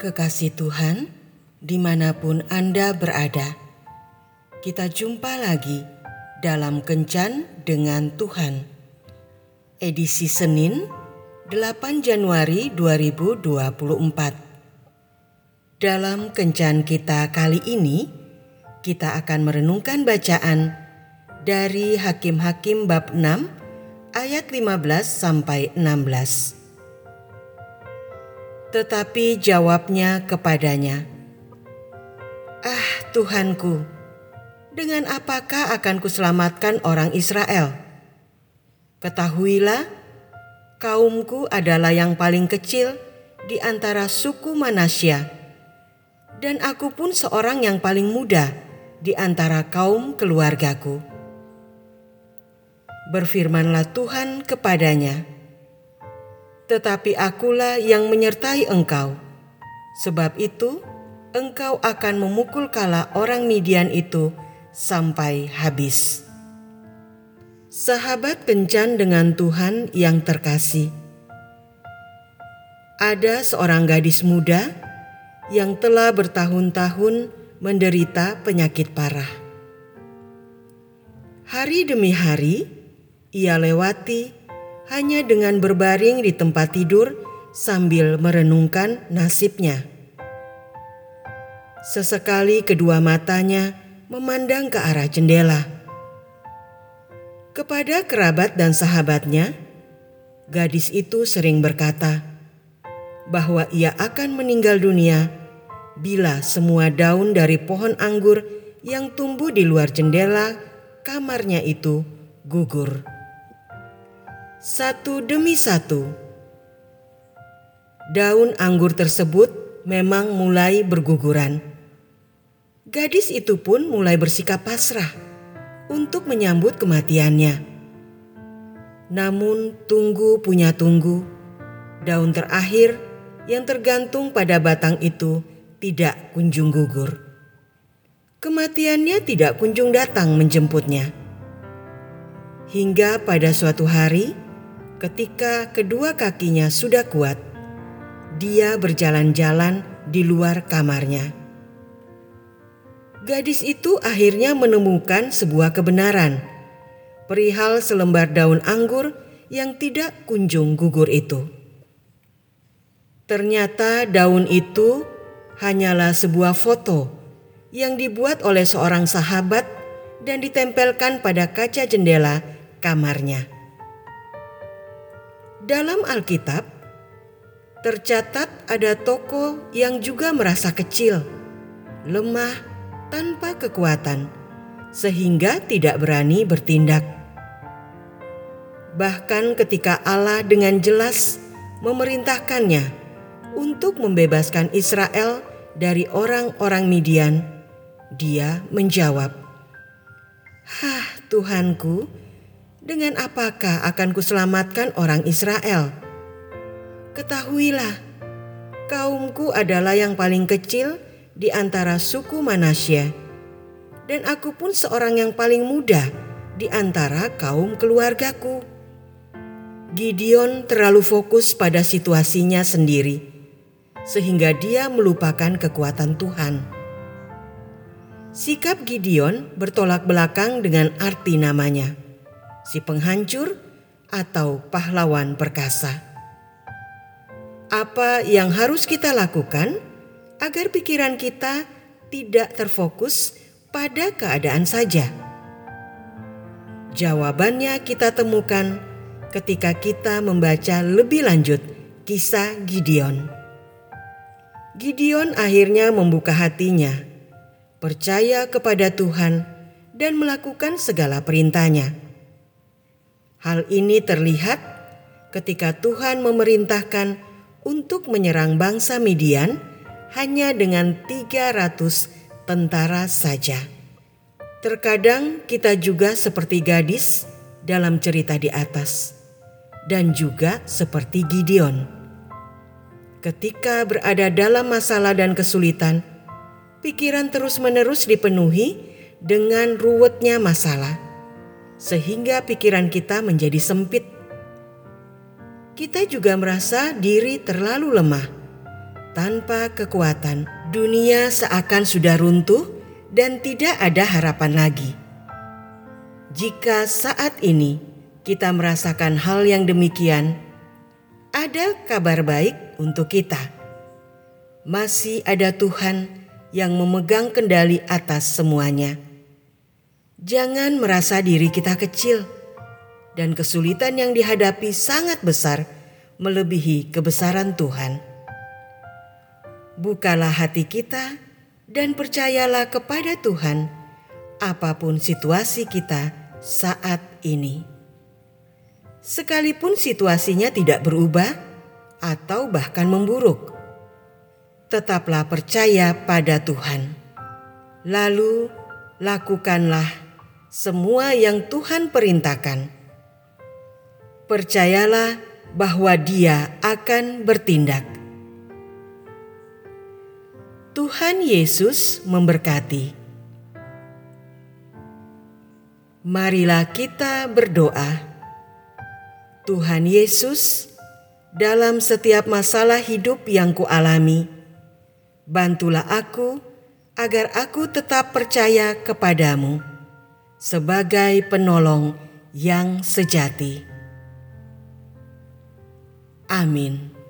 kekasih Tuhan, dimanapun Anda berada, kita jumpa lagi dalam Kencan dengan Tuhan. Edisi Senin, 8 Januari 2024. Dalam Kencan kita kali ini, kita akan merenungkan bacaan dari Hakim-Hakim bab 6 ayat 15 sampai 16. Tetapi jawabnya kepadanya, "Ah Tuhanku, dengan apakah akan kuselamatkan orang Israel? Ketahuilah, kaumku adalah yang paling kecil di antara suku Manasya, dan aku pun seorang yang paling muda di antara kaum keluargaku." Berfirmanlah Tuhan kepadanya, "Tetapi akulah yang menyertai engkau, sebab itu engkau akan memukul kala orang Midian itu sampai habis." Sahabat Kencan dengan Tuhan yang terkasih, ada seorang gadis muda yang telah bertahun-tahun menderita penyakit parah. Hari demi hari ia lewati hanya dengan berbaring di tempat tidur sambil merenungkan nasibnya. Sesekali kedua matanya memandang ke arah jendela. Kepada kerabat dan sahabatnya, gadis itu sering berkata bahwa ia akan meninggal dunia bila semua daun dari pohon anggur yang tumbuh di luar jendela kamarnya itu gugur. Satu demi satu, daun anggur tersebut memang mulai berguguran. Gadis itu pun mulai bersikap pasrah untuk menyambut kematiannya. Namun tunggu punya tunggu, daun terakhir yang tergantung pada batang itu tidak kunjung gugur. Kematiannya tidak kunjung datang menjemputnya. Hingga pada suatu hari, ketika kedua kakinya sudah kuat, dia berjalan-jalan di luar kamarnya. Gadis itu akhirnya menemukan sebuah kebenaran perihal selembar daun anggur yang tidak kunjung gugur itu. Ternyata daun itu hanyalah sebuah foto yang dibuat oleh seorang sahabat dan ditempelkan pada kaca jendela kamarnya. Dalam Alkitab, tercatat ada tokoh yang juga merasa kecil, lemah, tanpa kekuatan, sehingga tidak berani bertindak. Bahkan ketika Allah dengan jelas memerintahkannya untuk membebaskan Israel dari orang-orang Midian, dia menjawab, "Hah Tuhanku, dengan apakah akan kuselamatkan orang Israel? Ketahuilah, kaumku adalah yang paling kecil di antara suku Manasya, dan aku pun seorang yang paling muda di antara kaum keluargaku." Gideon terlalu fokus pada situasinya sendiri, sehingga dia melupakan kekuatan Tuhan. Sikap Gideon bertolak belakang dengan arti namanya, si penghancur atau pahlawan perkasa. Apa yang harus kita lakukan agar pikiran kita tidak terfokus pada keadaan saja? Jawabannya kita temukan ketika kita membaca lebih lanjut kisah Gideon. Gideon akhirnya membuka hatinya, percaya kepada Tuhan dan melakukan segala perintahnya. Hal ini terlihat ketika Tuhan memerintahkan untuk menyerang bangsa Midian hanya dengan 300 tentara saja. Terkadang kita juga seperti gadis dalam cerita di atas, dan juga seperti Gideon. Ketika berada dalam masalah dan kesulitan, pikiran terus-menerus dipenuhi dengan ruwetnya masalah, sehingga pikiran kita menjadi sempit. Kita juga merasa diri terlalu lemah tanpa kekuatan. Dunia seakan sudah runtuh dan tidak ada harapan lagi. Jika saat ini kita merasakan hal yang demikian, ada kabar baik untuk kita. Masih ada Tuhan yang memegang kendali atas semuanya. Jangan merasa diri kita kecil dan kesulitan yang dihadapi sangat besar melebihi kebesaran Tuhan. Bukalah hati kita dan percayalah kepada Tuhan apapun situasi kita saat ini. Sekalipun situasinya tidak berubah atau bahkan memburuk, tetaplah percaya pada Tuhan. Lalu lakukanlah semua yang Tuhan perintahkan. Percayalah bahwa Dia akan bertindak. Tuhan Yesus memberkati. Marilah kita berdoa. Tuhan Yesus, dalam setiap masalah hidup yang kualami, bantulah aku agar aku tetap percaya kepadamu sebagai penolong yang sejati. Amin.